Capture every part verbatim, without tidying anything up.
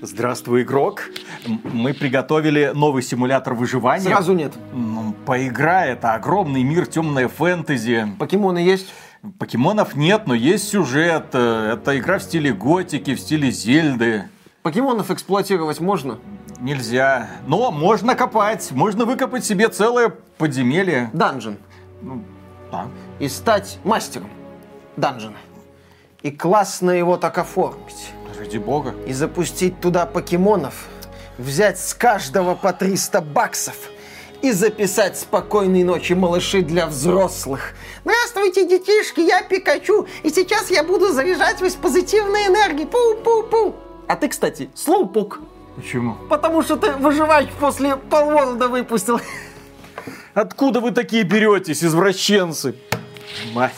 Здравствуй, игрок. Мы приготовили новый симулятор выживания. Сразу нет. Поиграй, это огромный мир, темное фэнтези. Покемоны есть? Покемонов нет, но есть сюжет. Это игра в стиле готики, в стиле Зельды. Покемонов эксплуатировать можно? Нельзя. Но можно копать. Можно выкопать себе целое подземелье. Данжен. Ну, да. И стать мастером данжена. И классно его так оформить. Ради бога. И запустить туда покемонов. Взять с каждого по триста баксов. И записать «Спокойной ночи, малыши» для взрослых. Здравствуйте, детишки, я Пикачу. И сейчас я буду заряжать вас позитивной энергией. Пу-пу-пу. А ты, кстати, слоупок. Почему? Потому что ты выживач после Palworld выпустил. Откуда вы такие беретесь, извращенцы? Мать.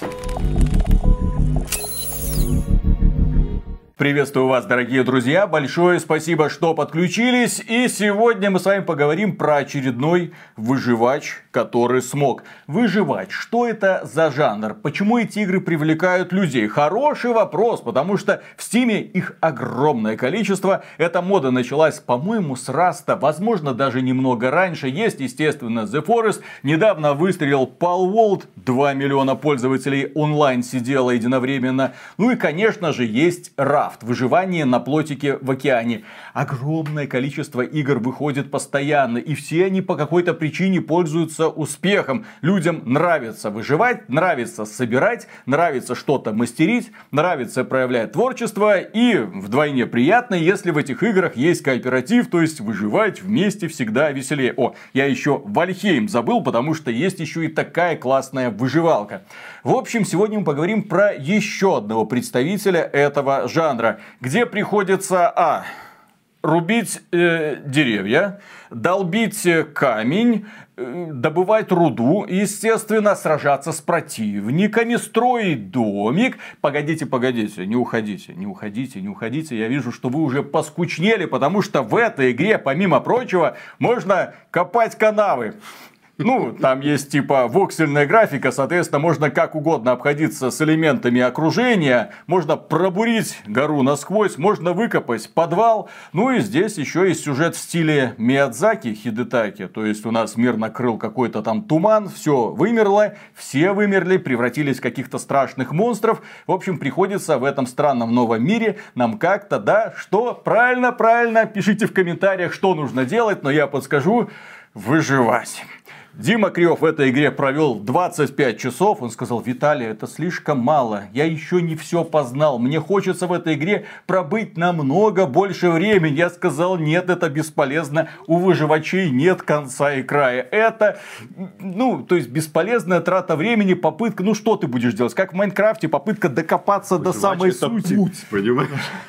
Приветствую вас, дорогие друзья. Большое спасибо, что подключились. И сегодня мы с вами поговорим про очередной выживач, который смог. Выживач. Что это за жанр? Почему эти игры привлекают людей? Хороший вопрос, потому что в Стиме их огромное количество. Эта мода началась, по-моему, с Раста. Возможно, даже немного раньше. Есть, естественно, The Forest. Недавно выстрелил Palworld. два миллиона пользователей онлайн сидело единовременно. Ну и, конечно же, есть Рафт. Выживание на плотике в океане. Огромное количество игр выходит постоянно. И все они по какой-то причине пользуются успехом. Людям нравится выживать, нравится собирать, нравится что-то мастерить, нравится проявлять творчество. И вдвойне приятно, если в этих играх есть кооператив. То есть выживать вместе всегда веселее. О, я еще Вальхейм забыл, потому что есть еще и такая классная выживалка. В общем, сегодня мы поговорим про еще одного представителя этого жанра, где приходится а. рубить э, деревья, долбить камень, э, добывать руду, естественно, сражаться с противниками, строить домик. Погодите, погодите, не уходите, не уходите, не уходите. Я вижу, что вы уже поскучнели, потому что в этой игре, помимо прочего, можно копать канавы. Ну, там есть типа воксельная графика, соответственно, можно как угодно обходиться с элементами окружения. Можно пробурить гору насквозь, можно выкопать подвал. Ну и здесь еще есть сюжет в стиле Миядзаки, Хидетаки. То есть у нас мир накрыл какой-то там туман, все вымерло, все вымерли, превратились в каких-то страшных монстров. В общем, приходится в этом странном новом мире нам как-то, да, что? Правильно, правильно, пишите в комментариях, что нужно делать, но я подскажу: выживать. Дима Криов в этой игре провел двадцать пять часов. Он сказал: Виталий, это слишком мало. Я еще не все познал. Мне хочется в этой игре пробыть намного больше времени. Я сказал: нет, это бесполезно. У выживачей нет конца и края. Это, ну, то есть бесполезная трата времени, попытка. Ну, что ты будешь делать? Как в Майнкрафте, попытка докопаться Выживач до самой это сути. Путь, понимаешь?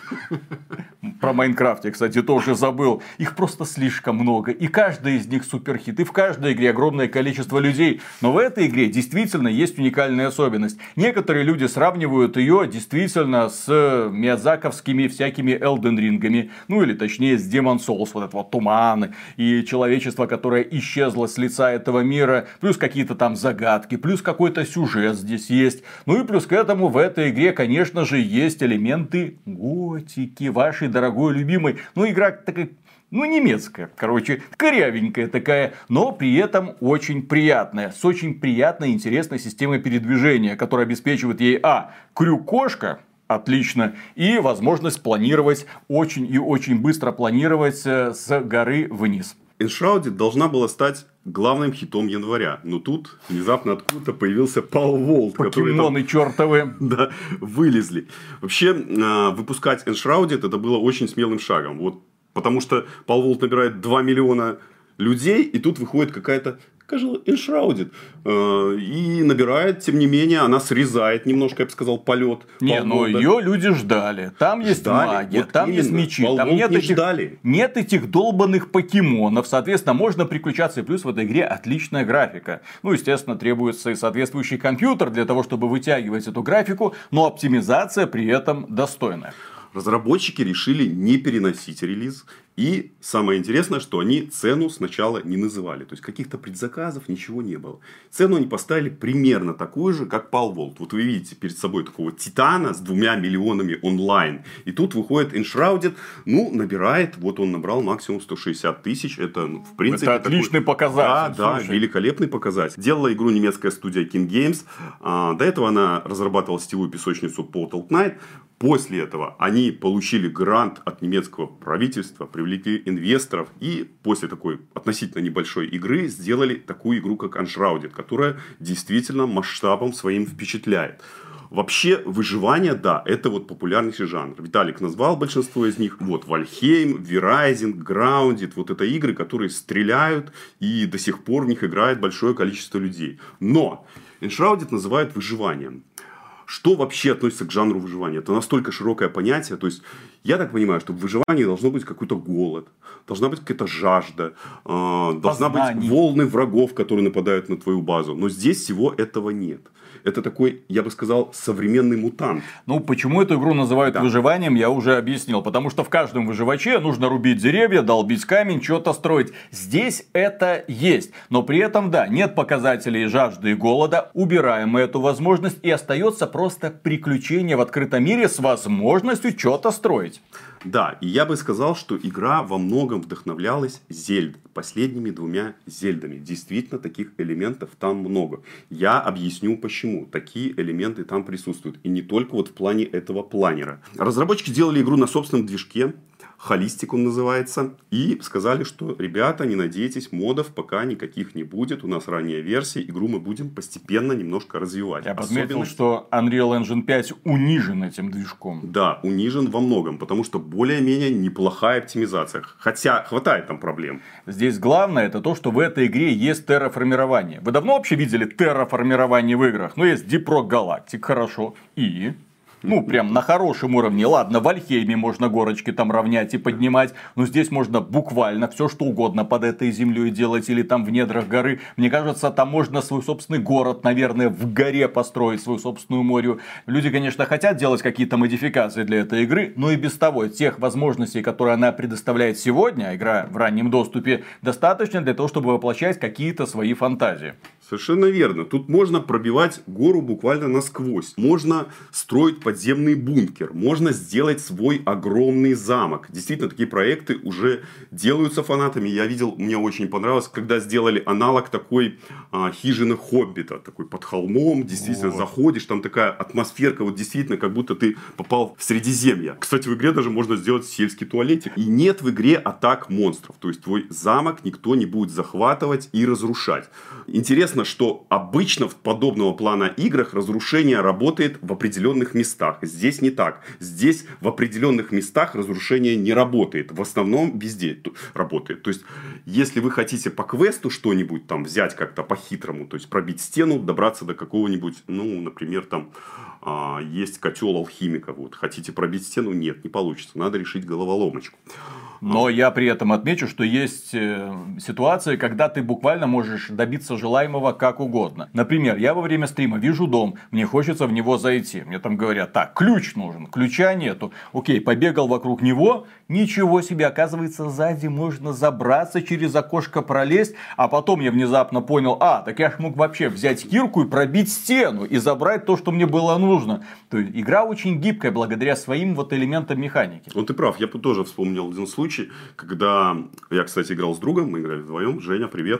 Про Майнкрафт я, кстати, тоже забыл. Их просто слишком много. И каждый из них суперхит. И в каждой игре огромное количество людей. Но в этой игре действительно есть уникальная особенность. Некоторые люди сравнивают ее действительно с миядзаковскими всякими Elden Ring'ами. Ну или точнее с Demon's Souls. Вот это вот туманы и человечество, которое исчезло с лица этого мира. Плюс какие-то там загадки. Плюс какой-то сюжет здесь есть. Ну и плюс к этому в этой игре, конечно же, есть элементы готики. Вашей дорогой любимой. Ну игра такая... Ну, немецкая, короче, корявенькая такая, но при этом очень приятная. С очень приятной и интересной системой передвижения, которая обеспечивает ей а. крюк-кошка, отлично, и возможность планировать, очень и очень быстро планировать с горы вниз. Enshrouded должна была стать главным хитом января. Но тут внезапно откуда-то появился Palworld. Покемоны там, чертовы. Да, вылезли. Вообще, выпускать Enshrouded это было очень смелым шагом. Вот. Потому что Palworld набирает два миллиона людей, и тут выходит какая-то, скажем, Enshrouded. И набирает, тем не менее, она срезает немножко, я бы сказал, полет. Не, но ее люди ждали. Там есть ждали, магия, вот там именно. Есть мечи. Palworld там нет не этих, ждали. нет этих долбанных покемонов. Соответственно, можно приключаться. И плюс в этой игре отличная графика. Ну, естественно, требуется и соответствующий компьютер для того, чтобы вытягивать эту графику. Но оптимизация при этом достойная. Разработчики решили не переносить релиз. И самое интересное, что они цену сначала не называли. То есть, каких-то предзаказов, ничего не было. Цену они поставили примерно такую же, как Palworld. Вот вы видите перед собой такого титана с двумя миллионами онлайн. И тут выходит Enshrouded. Ну, набирает, вот он набрал максимум сто шестьдесят тысяч. Это, ну, в принципе, это отличный такой... показатель. Да, да, великолепный показатель. Делала игру немецкая студия King Games. А, до этого она разрабатывала сетевую песочницу Portal Knight. После этого они получили грант от немецкого правительства, привлекли инвесторов и после такой относительно небольшой игры сделали такую игру, как Enshrouded, которая действительно масштабом своим впечатляет. Вообще, выживание, да, это вот популярнейший жанр. Виталик назвал большинство из них. Вот, Valheim, V-Rising, Grounded. Вот это игры, которые стреляют, и до сих пор в них играет большое количество людей. Но Enshrouded называют выживанием. Что вообще относится к жанру выживания? Это настолько широкое понятие. То есть, я так понимаю, что в выживании должно быть какой-то голод, должна быть какая-то жажда, э, должна быть волны врагов, которые нападают на твою базу. Но здесь всего этого нет. Это такой, я бы сказал, современный мутант. Ну, почему эту игру называют да. выживанием, я уже объяснил. Потому что в каждом выживаче нужно рубить деревья, долбить камень, что-то строить. Здесь это есть. Но при этом, да, нет показателей жажды и голода. Убираем мы эту возможность, и остается просто приключение в открытом мире с возможностью что-то строить. Да, и я бы сказал, что игра во многом вдохновлялась Зельдой, последними двумя Зельдами. Действительно, таких элементов там много. Я объясню почему. Такие элементы там присутствуют. И не только вот в плане этого планера. Разработчики делали игру на собственном движке. Холистик он называется. И сказали, что, ребята, не надейтесь, модов пока никаких не будет. У нас ранняя версия. Игру мы будем постепенно немножко развивать. Я подметил, что Unreal Engine пять унижен этим движком. Да, унижен во многом. Потому что более-менее неплохая оптимизация. Хотя хватает там проблем. Здесь главное это то, что в этой игре есть терраформирование. Вы давно вообще видели терраформирование в играх? Ну, есть Deep Rock Galactic, хорошо. И... Ну, прям на хорошем уровне. Ладно, в Альхейме можно горочки там равнять и поднимать. Но здесь можно буквально все что угодно под этой землей делать. Или там в недрах горы. Мне кажется, там можно свой собственный город, наверное, в горе построить, свою собственную морю. Люди, конечно, хотят делать какие-то модификации для этой игры. Но и без того, тех возможностей, которые она предоставляет сегодня, игра в раннем доступе, достаточно для того, чтобы воплощать какие-то свои фантазии. Совершенно верно. Тут можно пробивать гору буквально насквозь. Можно строить подземный бункер. Можно сделать свой огромный замок. Действительно, такие проекты уже делаются фанатами. Я видел, мне очень понравилось, когда сделали аналог такой а, хижины Хоббита. Такой под холмом. Действительно, вот. Заходишь, там такая атмосферка. Вот действительно, как будто ты попал в Средиземье. Кстати, в игре даже можно сделать сельский туалетик. И нет в игре атак монстров. То есть, твой замок никто не будет захватывать и разрушать. Интересно, что обычно в подобного плана играх разрушение работает в определенных местах. Здесь не так. Здесь в определенных местах разрушение не работает. В основном везде работает. То есть, если вы хотите по квесту что-нибудь там взять как-то по-хитрому, то есть пробить стену, добраться до какого-нибудь, ну, например, там а, есть котел алхимика. Вот. Хотите пробить стену? Нет, не получится. Надо решить головоломочку. Но я при этом отмечу, что есть ситуации, когда ты буквально можешь добиться желаемого как угодно. Например, я во время стрима вижу дом, мне хочется в него зайти. Мне там говорят, так, ключ нужен, ключа нету. Окей, побегал вокруг него, ничего себе, оказывается, сзади можно забраться, через окошко пролезть. А потом я внезапно понял, а, так я ж мог вообще взять кирку и пробить стену и забрать то, что мне было нужно. То есть, игра очень гибкая благодаря своим вот элементам механики. Ну, ты прав, я бы тоже вспомнил один случай. Когда я, кстати, играл с другом, мы играли вдвоем, Женя, привет.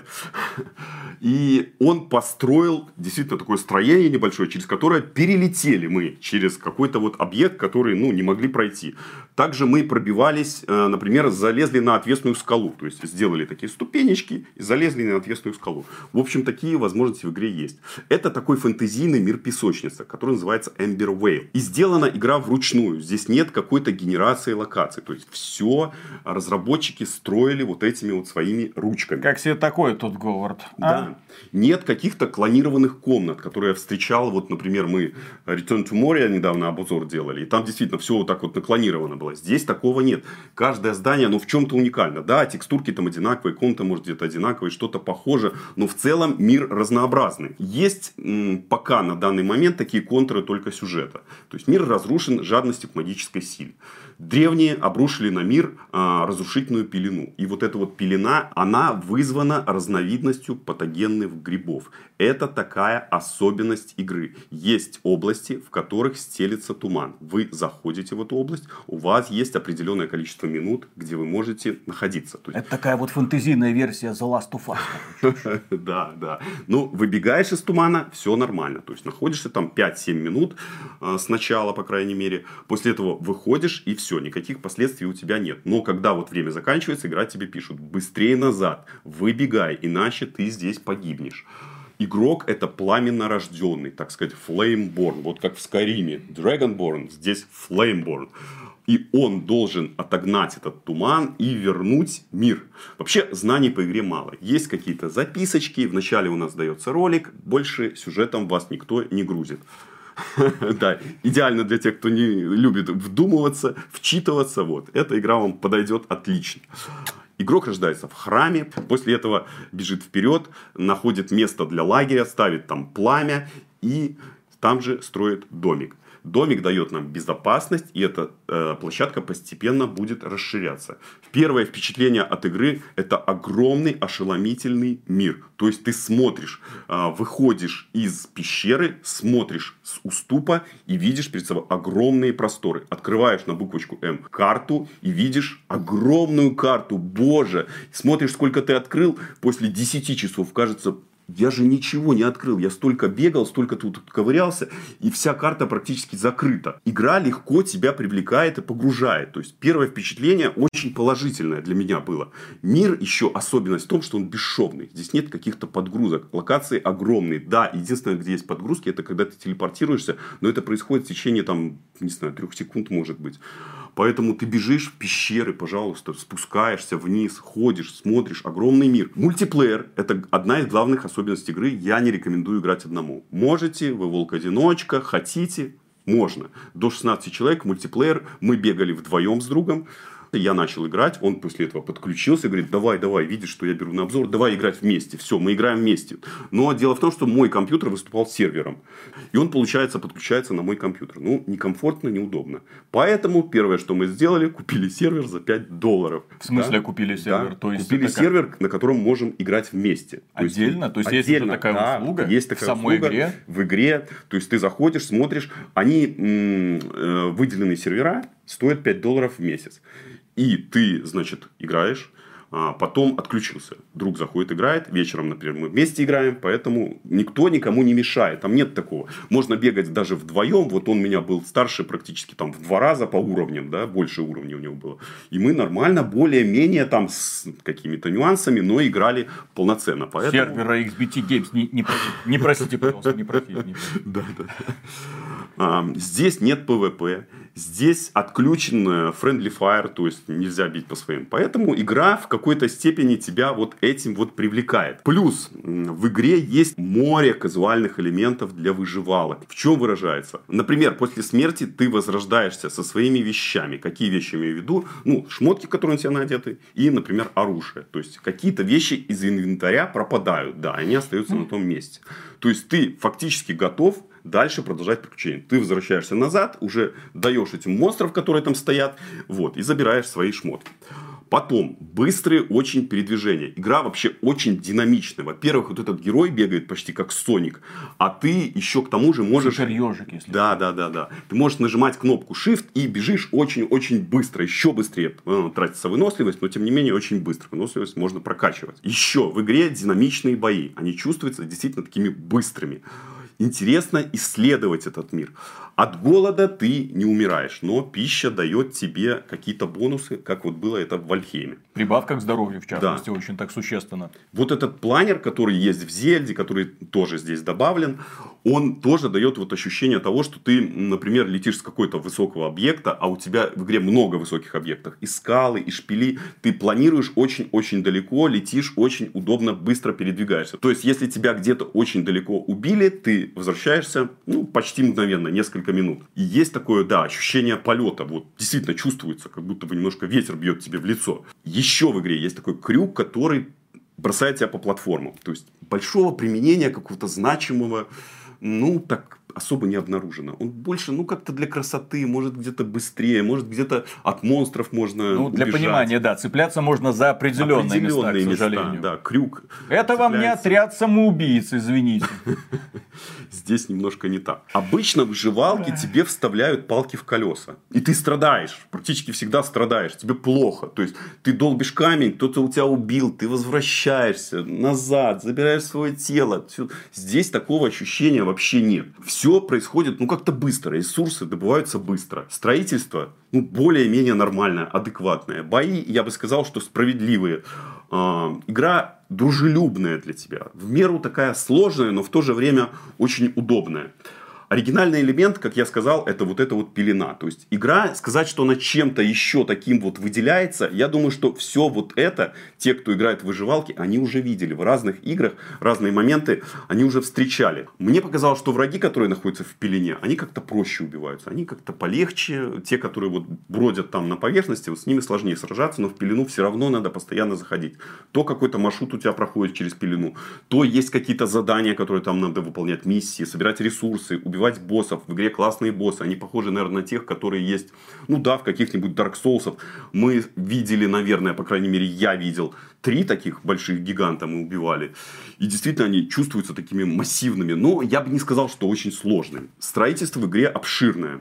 И он построил действительно такое строение небольшое, через которое перелетели мы через какой-то вот объект, который, ну, не могли пройти. Также мы пробивались, например, залезли на отвесную скалу. То есть, сделали такие ступенечки и залезли на отвесную скалу. В общем, такие возможности в игре есть. Это такой фэнтезийный мир песочница, который называется Ember Vale. И сделана игра вручную. Здесь нет какой-то генерации локаций. То есть, все разработчики строили вот этими вот своими ручками. Как себе такое тут, Говард? А? Да. Нет каких-то клонированных комнат, которые я встречал. Вот, например, мы Return to Moria недавно обзор делали. И там действительно все вот так вот наклонировано было. Здесь такого нет. Каждое здание, ну, в чем-то уникально. Да, текстурки там одинаковые, комната может где-то одинаковые, что-то похоже. Но в целом мир разнообразный. Есть м, пока на данный момент такие контуры только сюжета. То есть мир разрушен жадностью к магической силе. Древние обрушили на мир а, разрушительную пелену. И вот эта вот пелена, она вызвана разновидностью патогенных грибов. Это такая особенность игры. Есть области, в которых стелится туман. Вы заходите в эту область, у вас есть определенное количество минут, где вы можете находиться. То есть... Это такая вот фэнтезийная версия The Last of Us. Да, да. Ну, выбегаешь из тумана, все нормально. То есть находишься там пять-семь минут сначала, по крайней мере. После этого выходишь, и все, никаких последствий у тебя нет. Но когда вот время заканчивается, игра тебе пишут: быстрее назад, выбегай, иначе ты здесь погибнешь. Игрок — это пламенно рожденный, так сказать, Flameborn. Вот как в Скайриме Dragonborn, здесь Flameborn. И он должен отогнать этот туман и вернуть мир. Вообще, знаний по игре мало. Есть какие-то записочки. Вначале у нас дается ролик. Больше сюжетом вас никто не грузит. Да, идеально для тех, кто не любит вдумываться, вчитываться. Вот. Эта игра вам подойдет отлично. Игрок рождается в храме, после этого бежит вперед, находит место для лагеря, ставит там пламя и там же строит домик. Домик дает нам безопасность, и эта э, площадка постепенно будет расширяться. Первое впечатление от игры – это огромный ошеломительный мир. То есть ты смотришь, э, выходишь из пещеры, смотришь с уступа и видишь перед собой огромные просторы. Открываешь на буквочку М карту и видишь огромную карту. Боже! Смотришь, сколько ты открыл, после десяти часов кажется... Я же ничего не открыл. Я столько бегал, столько тут ковырялся. И вся карта практически закрыта. Игра легко тебя привлекает и погружает. То есть первое впечатление очень положительное для меня было. Мир еще особенность в том, что он бесшовный. Здесь нет каких-то подгрузок. Локации огромные. Да, единственное, где есть подгрузки, это когда ты телепортируешься. Но это происходит в течение, там, не знаю, трех секунд, может быть. Поэтому ты бежишь в пещеры, пожалуйста, спускаешься вниз, ходишь, смотришь. Огромный мир. Мультиплеер – это одна из главных особенностей игры. Я не рекомендую играть одному. Можете, вы волк-одиночка, хотите, можно. До шестнадцати человек, мультиплеер. Мы бегали вдвоем с другом. Я начал играть, он после этого подключился, говорит: давай, давай, видишь, что я беру на обзор, давай играть вместе. Все, мы играем вместе. Но дело в том, что мой компьютер выступал сервером. И он, получается, подключается на мой компьютер. Ну, некомфортно, неудобно. Поэтому первое, что мы сделали, купили сервер за пять долларов. В смысле да? купили сервер? Да. То есть купили это сервер, как... на котором можем играть вместе. Отдельно? То есть, То есть есть отдельно, уже такая да, услуга есть такая в самой услуга игре? В игре. То есть ты заходишь, смотришь, они м- э, выделенные сервера стоят пять долларов в месяц. И ты, значит, играешь, а потом отключился. Друг заходит, играет. Вечером, например, мы вместе играем. Поэтому никто никому не мешает. Там нет такого. Можно бегать даже вдвоем. Вот он у меня был старше практически там в два раза по уровням. Да, больше уровней у него было. И мы нормально, более-менее там с какими-то нюансами, но играли полноценно. Поэтому... Сервера икс би ти Games не, не, просите, не просите, пожалуйста, не просите. Да, да. А, здесь нет пэ вэ пэ. Здесь отключен friendly fire, то есть нельзя бить по своим. Поэтому игра в какой-то степени тебя вот этим вот привлекает. Плюс в игре есть море казуальных элементов для выживалок. В чем выражается? Например, после смерти ты возрождаешься со своими вещами. Какие вещи имею в виду? Ну, шмотки, которые на тебя надеты, и, например, оружие. То есть какие-то вещи из инвентаря пропадают, да, они остаются на том месте. То есть ты фактически готов дальше продолжать приключения. Ты возвращаешься назад, уже даешь этим монстров, которые там стоят, вот, и забираешь свои шмотки. Потом, быстрые очень передвижения. Игра вообще очень динамичная. Во-первых, вот этот герой бегает почти как Соник, а ты еще к тому же можешь... Супер-ежик, если... Да, да, да, да. Ты можешь нажимать кнопку Shift и бежишь очень-очень быстро, еще быстрее. Тратится выносливость, но тем не менее очень быстро. Выносливость можно прокачивать. Еще в игре динамичные бои. Они чувствуются действительно такими быстрыми. Интересно исследовать этот мир. От голода ты не умираешь, но пища дает тебе какие-то бонусы, как вот было это в Вальхейме. Прибавка к здоровью, в частности, Да. очень так существенно. Вот этот планер, который есть в Зельде, который тоже здесь добавлен, он тоже дает вот ощущение того, что ты, например, летишь с какой-то высокого объекта, а у тебя в игре много высоких объектов. И скалы, и шпили. Ты планируешь очень-очень далеко, летишь очень удобно, быстро передвигаешься. То есть, если тебя где-то очень далеко убили, ты возвращаешься ну, почти мгновенно, несколько минут. И есть такое, да, ощущение полета. Вот действительно чувствуется, как будто бы немножко ветер бьет тебе в лицо. Еще в игре есть такой крюк, который бросает тебя по платформам. То есть, большого применения какого-то значимого, ну, так особо не обнаружено. Он больше, ну, как-то для красоты, может, где-то быстрее, может, где-то от монстров можно Ну, для убежать. понимания, да, цепляться можно за определенные, Определенные места, к места, сожалению. да, крюк. Это вам не цепляется. отряд самоубийц, извините. Здесь немножко не так. Обычно в выживалке тебе вставляют палки в колеса. И ты страдаешь. Практически всегда страдаешь. Тебе плохо. То есть, ты долбишь камень, кто-то у тебя убил, ты возвращаешься назад, забираешь свое тело. Всё. Здесь такого ощущения вообще нет. Все происходит, ну, как-то быстро. Ресурсы добываются быстро. Строительство, ну, более-менее нормальное, адекватное. Бои, я бы сказал, что справедливые. А, игра дружелюбная для тебя. В меру такая сложная, но в то же время очень удобная. Оригинальный элемент, как я сказал, это вот эта вот пелена. То есть, игра, сказать, что она чем-то еще таким вот выделяется, я думаю, что все вот это, те, кто играет в выживалки, они уже видели в разных играх, разные моменты, они уже встречали. Мне показалось, что враги, которые находятся в пелене, они как-то проще убиваются, они как-то полегче. Те, которые вот бродят там на поверхности, вот с ними сложнее сражаться, но в пелену все равно надо постоянно заходить. То какой-то маршрут у тебя проходит через пелену, то есть какие-то задания, которые там надо выполнять, миссии, собирать ресурсы, убивать боссов. В игре классные боссы. Они похожи, наверное, на тех, которые есть, ну да, в каких-нибудь Dark Souls. Мы видели, наверное, по крайней мере, я видел, три таких больших гиганта мы убивали. И действительно, они чувствуются такими массивными. Но я бы не сказал, что очень сложными. Строительство в игре обширное.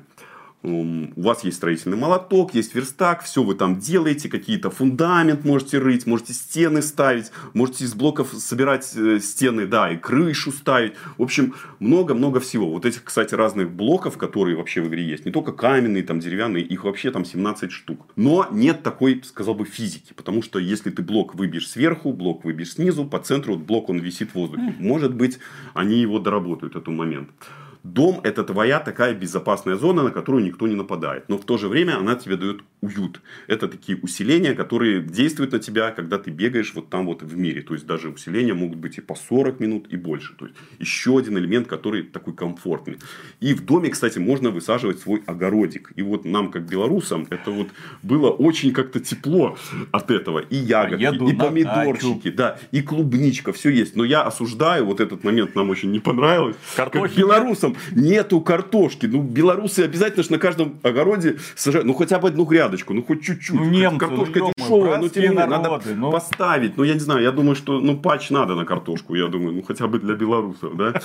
У вас есть строительный молоток, есть верстак, все вы там делаете, какие-то фундамент можете рыть, можете стены ставить, можете из блоков собирать стены, да, и крышу ставить. В общем, много-много всего. Вот этих, кстати, разных блоков, которые вообще в игре есть, не только каменные, там, деревянные, их вообще там семнадцать штук. Но нет такой, сказал бы, физики, потому что если ты блок выбьешь сверху, блок выбьешь снизу, по центру вот блок он висит в воздухе. Может быть, они его доработают, этот момент. Дом – это твоя такая безопасная зона, на которую никто не нападает. Но в то же время она тебе дает уют. Это такие усиления, которые действуют на тебя, когда ты бегаешь вот там вот в мире. То есть, даже усиления могут быть и по сорок минут, и больше. То есть, еще один элемент, который такой комфортный. И в доме, кстати, можно высаживать свой огородик. И вот нам, как белорусам, это вот было очень как-то тепло от этого. И ягодки, Поеду и на помидорчики, да, и клубничка, все есть. Но я осуждаю, вот этот момент нам очень не понравилось. Картохи Как белорусам нету картошки. Ну, белорусы обязательно ж на каждом огороде сажают, ну, хотя бы одну грядочку, ну, хоть чуть-чуть. Ну, немцы, Картошка ну, дешевая, но тем не менее, надо народы, ну. поставить. Ну, я не знаю, я думаю, что, ну, патч надо на картошку, я думаю, ну, хотя бы для белорусов, да.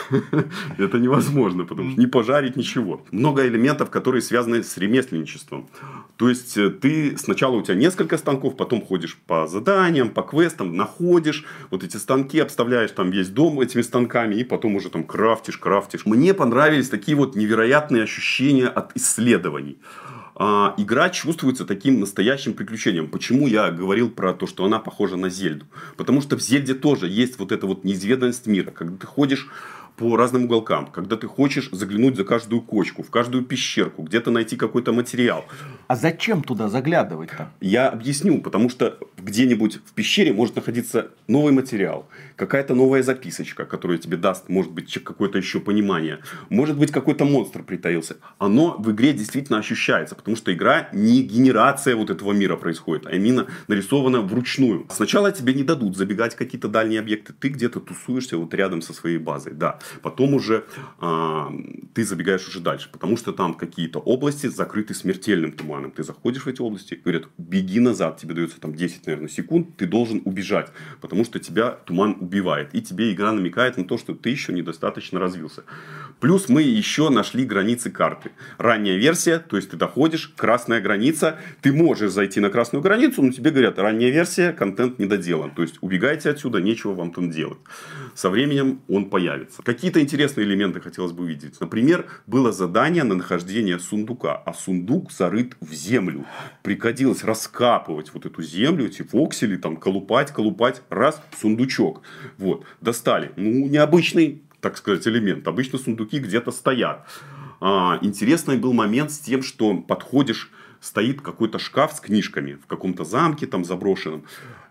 Это невозможно, потому что не пожарить ничего. Много элементов, которые связаны с ремесленничеством. То есть, ты сначала у тебя несколько станков, потом ходишь по заданиям, по квестам, находишь вот эти станки, обставляешь там весь дом этими станками, и потом уже там крафтишь, крафтишь. Мне понравились такие вот невероятные ощущения от исследований. А, игра чувствуется таким настоящим приключением. Почему я говорил про то, что она похожа на Зельду? Потому что в Зельде тоже есть вот эта вот неизведанность мира. Когда ты ходишь по разным уголкам, когда ты хочешь заглянуть за каждую кочку, в каждую пещерку, где-то найти какой-то материал. А зачем туда заглядывать-то? Я объясню, потому что где-нибудь в пещере может находиться новый материал, какая-то новая записочка, которая тебе даст, может быть, какое-то еще понимание. Может быть, какой-то монстр притаился. Оно в игре действительно ощущается, потому что игра не генерация вот этого мира происходит, а именно нарисована вручную. Сначала тебе не дадут забегать в какие-то дальние объекты, ты где-то тусуешься вот рядом со своей базой, да. Потом уже а, ты забегаешь уже дальше, потому что там какие-то области закрыты смертельным туманом. Ты заходишь в эти области, говорят, беги назад, тебе дается там десять наверное, секунд ты должен убежать, потому что тебя туман убивает. И тебе игра намекает на то, что ты еще недостаточно развился. Плюс мы еще нашли границы карты. Ранняя версия, то есть ты доходишь, красная граница, ты можешь зайти на красную границу, но тебе говорят, ранняя версия, контент недоделан. То есть убегайте отсюда, нечего вам там делать. Со временем он появится. Какие-то интересные элементы хотелось бы увидеть. Например, было задание на нахождение сундука, а сундук зарыт в землю. Приходилось раскапывать вот эту землю, эти воксели, там, колупать, колупать, раз, сундучок. Вот, достали. Ну, необычный, так сказать, элемент. Обычно сундуки где-то стоят. А, интересный был момент с тем, что подходишь, стоит какой-то шкаф с книжками в каком-то замке там заброшенном.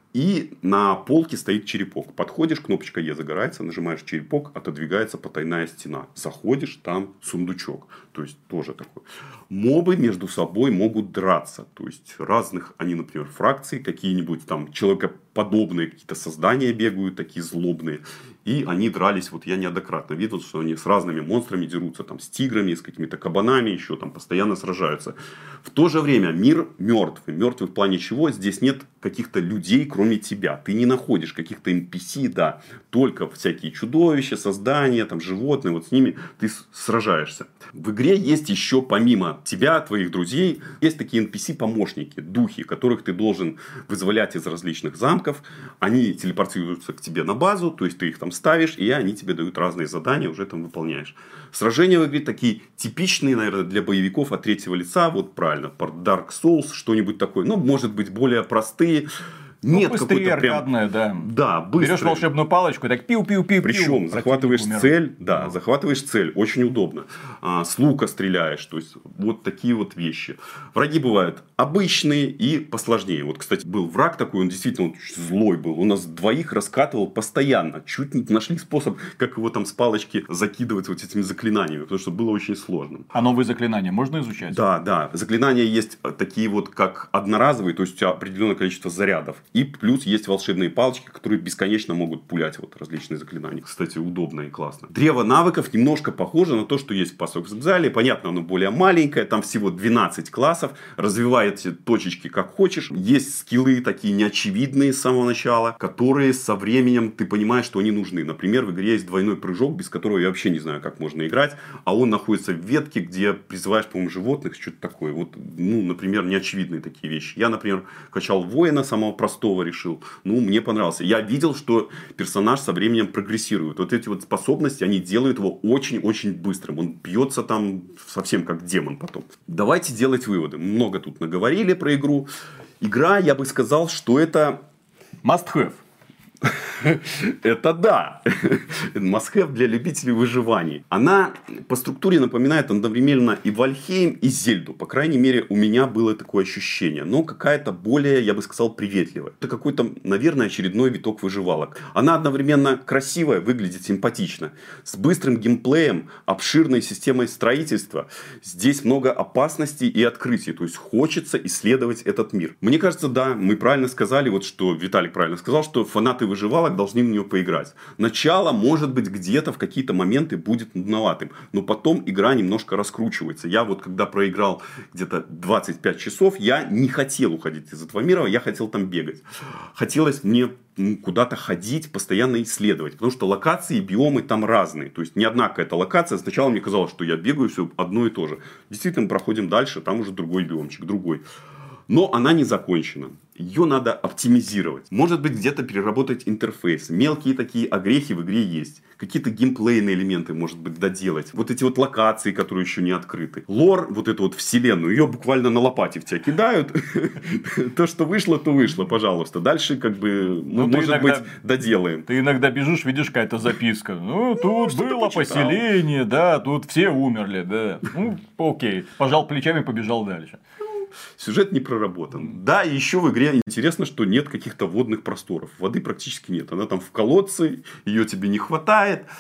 И на полке стоит черепок. Подходишь, кнопочка Е загорается, нажимаешь черепок, отодвигается потайная стена. Заходишь, там сундучок. То есть, тоже такой. Мобы между собой могут драться. То есть, разных, они, например, фракции, какие-нибудь там человекоподобные какие-то создания бегают, такие злобные. И они дрались, вот я неоднократно видел, что они с разными монстрами дерутся. Там, с тиграми, с какими-то кабанами, еще там постоянно сражаются. В то же время мир мертвый. Мертвый в плане чего? Здесь нет каких-то людей, кроме тебя. Ты не находишь каких-то эн пи си, да. Только всякие чудовища, создания, там, животные. Вот с ними ты сражаешься. В игре есть еще, помимо тебя, твоих друзей, есть такие эн пи си-помощники, духи, которых ты должен вызволять из различных замков. Они телепортируются к тебе на базу, то есть ты их там ставишь, и они тебе дают разные задания, уже там выполняешь. Сражения в игре такие типичные, наверное, для боевиков от третьего лица. Вот правильно, Dark Souls, что-нибудь такое. Ну, может быть, более простые. Нет, ну, быстрее аркадная, прям... да. Да, быстро. Берешь волшебную палочку и так пиу-пиу-пиу. Причем захватываешь цель, да, ну. захватываешь цель, очень удобно. А, с лука стреляешь, то есть вот такие вот вещи. Враги бывают обычные и посложнее. Вот, кстати, был враг такой, он действительно злой был. Он нас двоих раскатывал постоянно. Чуть не нашли способ, как его там с палочки закидывать вот этими заклинаниями, потому что было очень сложно. А новые заклинания можно изучать? Да, да. Заклинания есть такие вот, как одноразовые, то есть у тебя определенное количество зарядов. И плюс есть волшебные палочки, которые бесконечно могут пулять вот различные заклинания. Кстати, удобно и классно. Древо навыков немножко похоже на то, что есть в Path of Exile. Понятно, оно более маленькое. Там всего двенадцать классов. Развиваете точечки как хочешь. Есть скиллы такие неочевидные с самого начала, которые со временем ты понимаешь, что они нужны. Например, в игре есть двойной прыжок, без которого я вообще не знаю, как можно играть. А он находится в ветке, где призываешь, по-моему, животных. Что-то такое. Вот, ну, например, неочевидные такие вещи. Я, например, качал воина самого простого, решил. Ну, мне понравился. Я видел, что персонаж со временем прогрессирует. Вот эти вот способности, они делают его очень-очень быстрым. Он бьется там совсем как демон потом. Давайте делать выводы. Много тут наговорили про игру. Игра, я бы сказал, что это... Must have. Это да. Must have для любителей выживаний. Она по структуре напоминает одновременно и Вальхейм, и Зельду. По крайней мере, у меня было такое ощущение. Но какая-то более, я бы сказал, приветливая. Это какой-то, наверное, очередной виток выживалок. Она одновременно красивая, выглядит симпатично. С быстрым геймплеем, обширной системой строительства. Здесь много опасностей и открытий. То есть, хочется исследовать этот мир. Мне кажется, да, мы правильно сказали, вот что Виталик правильно сказал, что фанаты выживалок должны в нее поиграть. Начало, может быть, где-то в какие-то моменты будет нудноватым. Но потом игра немножко раскручивается. Я вот когда проиграл где-то двадцать пять часов, я не хотел уходить из этого мира, я хотел там бегать. Хотелось мне куда-то ходить, постоянно исследовать. Потому что локации и биомы там разные. То есть, не одна какая-то локация. Сначала мне казалось, что я бегаю, все одно и то же. Действительно, проходим дальше, там уже другой биомчик, другой. Но она не закончена. Ее надо оптимизировать. Может быть, где-то переработать интерфейс. Мелкие такие огрехи в игре есть. Какие-то геймплейные элементы, может быть, доделать. Вот эти вот локации, которые еще не открыты. Лор, вот эту вот вселенную, ее буквально на лопате в тебя кидают. То, что вышло, то вышло, пожалуйста. Дальше, как бы, может быть, доделаем. Ты иногда бежишь, видишь какая-то записка. Ну, тут было поселение, да, тут все умерли, да. Ну, окей. Пожал плечами, побежал дальше. Сюжет не проработан. Да, и еще в игре интересно, что нет каких-то водных просторов. Воды практически нет. Она там в колодце, ее тебе не хватает.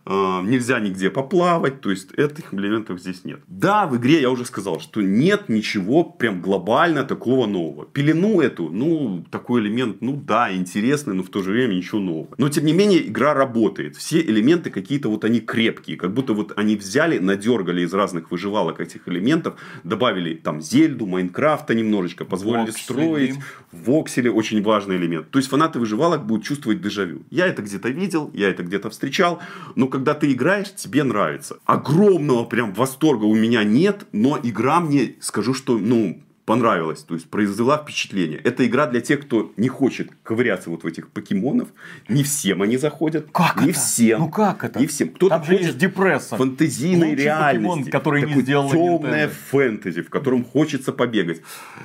э, нельзя нигде поплавать, то есть этих элементов здесь нет. Да, в игре я уже сказал, что нет ничего прям глобально такого нового. Пелену эту, ну, такой элемент, ну да, интересный, но в то же время ничего нового. Но тем не менее, игра работает. Все элементы какие-то вот они крепкие, как будто вот они взяли, надергали из разных выживалок этих элементов, добавили там Зельду, Майнкрафта немножечко, позволили Воксели. строить. Воксели очень важный элемент. То есть фанаты выживалок будут чувствовать дежавю. Я это где-то видел, я это где-то встречал, но когда ты играешь, тебе нравится. Огромного прям восторга у меня нет, но игра мне, скажу, что, ну, понравилась, то есть произвела впечатление. Это игра для тех, кто не хочет ковыряться вот в этих покемонов. Не всем они заходят. Как не это? всем. Ну как это? Не всем. Кто-то Там же хочет есть депресса. фэнтезийной Лучший реальности. покемон, который не Такое сделала темное Nintendo. фэнтези, в котором хочется побегать.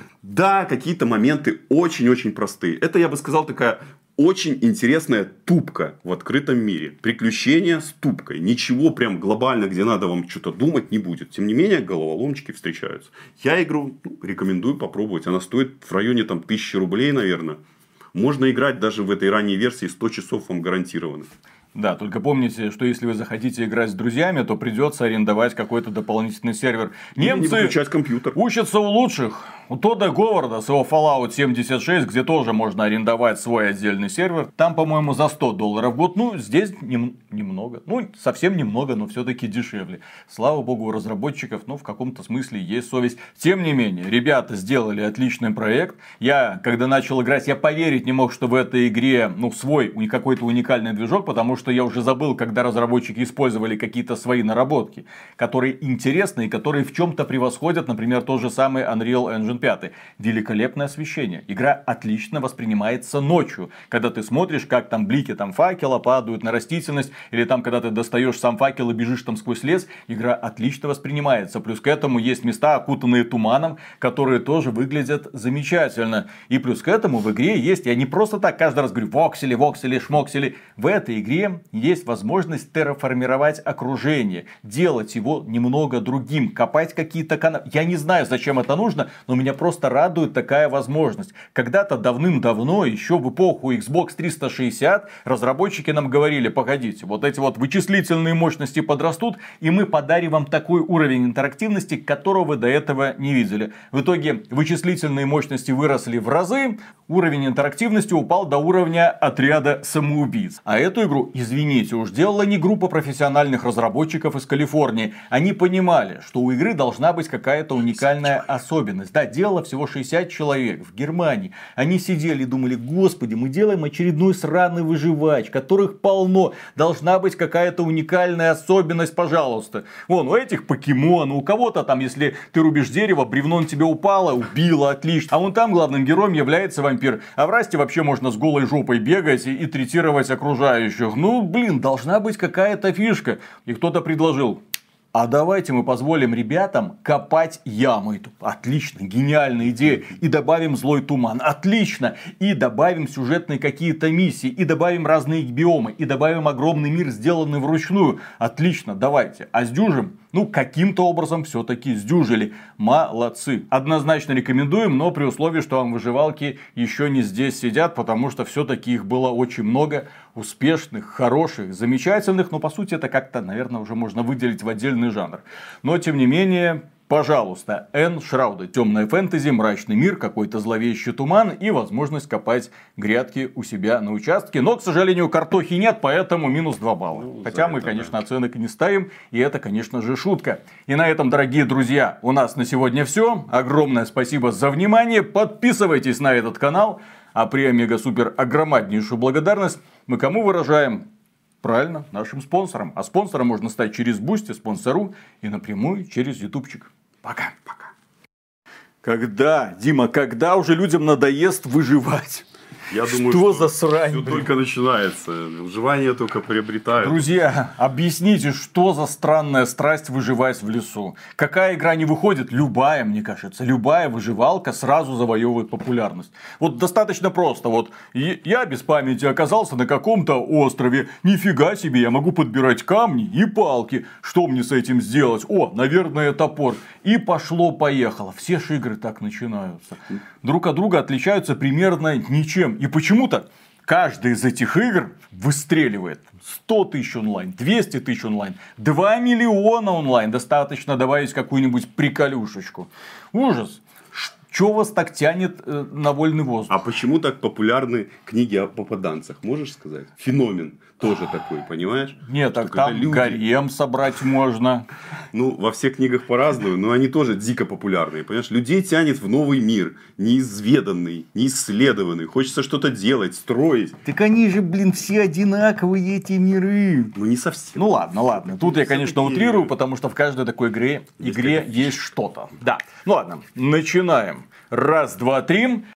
Да, какие-то моменты очень-очень простые. Это, я бы сказал, такая очень интересная тупка в открытом мире. Приключения с тупкой. Ничего прям глобально, где надо вам что-то думать, не будет. Тем не менее, головоломочки встречаются. Я игру ну, рекомендую попробовать. Она стоит в районе там, тысячи рублей, наверное. Можно играть даже в этой ранней версии, сто часов вам гарантированы. Да, только помните, что если вы захотите играть с друзьями, то придется арендовать какой-то дополнительный сервер. Немцы не выключать компьютер. Учатся у лучших. У Тодда Говарда с его Fallout семьдесят шесть, где тоже можно арендовать свой отдельный сервер. Там, по-моему, за сто долларов в год. Ну, здесь нем- немного. Ну, совсем немного, но все-таки дешевле. Слава богу, у разработчиков, ну, в каком-то смысле есть совесть. Тем не менее, ребята сделали отличный проект. Я, когда начал играть, я поверить не мог, что в этой игре, ну, свой какой-то уникальный движок, потому что я уже забыл, когда разработчики использовали какие-то свои наработки, которые интересны и которые в чем-то превосходят, например, тот же самый Unreal Engine пять. Великолепное освещение. Игра отлично воспринимается ночью. Когда ты смотришь, как там блики там факела падают на растительность, или там, когда ты достаешь сам факел и бежишь там сквозь лес, игра отлично воспринимается. Плюс к этому есть места, окутанные туманом, которые тоже выглядят замечательно. И плюс к этому в игре есть, я не просто так каждый раз говорю, воксели, воксели, шмоксели. В этой игре есть возможность терраформировать окружение, делать его немного другим, копать какие-то каналы. Я не знаю, зачем это нужно, но меня просто радует такая возможность. Когда-то давным-давно, еще в эпоху Xbox триста шестьдесят, разработчики нам говорили, погодите, вот эти вот вычислительные мощности подрастут, и мы подарим вам такой уровень интерактивности, которого вы до этого не видели. В итоге вычислительные мощности выросли в разы, уровень интерактивности упал до уровня отряда самоубийц. А эту игру, извините, уж делала не группа профессиональных разработчиков из Калифорнии. Они понимали, что у игры должна быть какая-то уникальная особенность. Да, делало всего шестьдесят человек в Германии. Они сидели и думали, господи, мы делаем очередной сраный выживач, которых полно. Должна быть какая-то уникальная особенность, пожалуйста. Вон, у этих покемон, у кого-то там, если ты рубишь дерево, бревно на тебя упало, убило, отлично. А вон там главным героем является вампир. А в Расте вообще можно с голой жопой бегать и, и третировать окружающих. Ну, блин, должна быть какая-то фишка. И кто-то предложил, а давайте мы позволим ребятам копать ямы. Отлично, гениальная идея. И добавим злой туман. Отлично. И добавим сюжетные какие-то миссии. И добавим разные биомы. И добавим огромный мир, сделанный вручную. Отлично, давайте. А сдюжим? Ну, каким-то образом все-таки сдюжили. Молодцы. Однозначно рекомендуем, но при условии, что вам выживалки еще не здесь сидят, потому что все-таки их было очень много. Успешных, хороших, замечательных. Но по сути это как-то, наверное, уже можно выделить в отдельный жанр. Но тем не менее, пожалуйста, Enshrouded. Темная фэнтези, мрачный мир, какой-то зловещий туман и возможность копать грядки у себя на участке. Но, к сожалению, картохи нет, поэтому минус два балла. Ну, Хотя мы, это, конечно, да. оценок не ставим. И это, конечно же, шутка. И на этом, дорогие друзья, у нас на сегодня все. Огромное спасибо за внимание. Подписывайтесь на этот канал. А при омега-супер огромнейшую благодарность мы кому выражаем? Правильно, нашим спонсорам. А спонсором можно стать через Boosty, спонсору и напрямую через ютубчик. Пока. Пока. Когда, Дима, когда уже людям надоест выживать? Я думаю, что, что за срань? Все блин? только начинается. Выживание только приобретает. Друзья, объясните, что за странная страсть выживать в лесу? Какая игра не выходит? Любая, мне кажется. Любая выживалка сразу завоевывает популярность. Вот достаточно просто. Вот я без памяти оказался на каком-то острове. Нифига себе, я могу подбирать камни и палки. Что мне с этим сделать? О, наверное, топор. И пошло-поехало. Все же игры так начинаются. Друг от друга отличаются примерно ничем. И почему-то каждая из этих игр выстреливает. сто тысяч онлайн, двести тысяч онлайн, два миллиона онлайн. Достаточно добавить какую-нибудь приколюшечку. Ужас. Чего вас так тянет э, на вольный воздух? А почему так популярны книги о попаданцах? Можешь сказать? Феномен тоже такой, понимаешь? Нет, так Что там когда люди- гарем собрать можно. Ну, во всех книгах по-разному, но они тоже дико популярные. Понимаешь, людей тянет в новый мир. Неизведанный, неисследованный. Хочется что-то делать, строить. Так они же, блин, все одинаковые, эти миры. Ну, не совсем. Ну ладно, ладно. Тут я, конечно, Всё-таки- утрирую, потому что в каждой такой игре, Есть игре какая-то есть что-то. Да. Ну ладно, начинаем. Раз, два, три.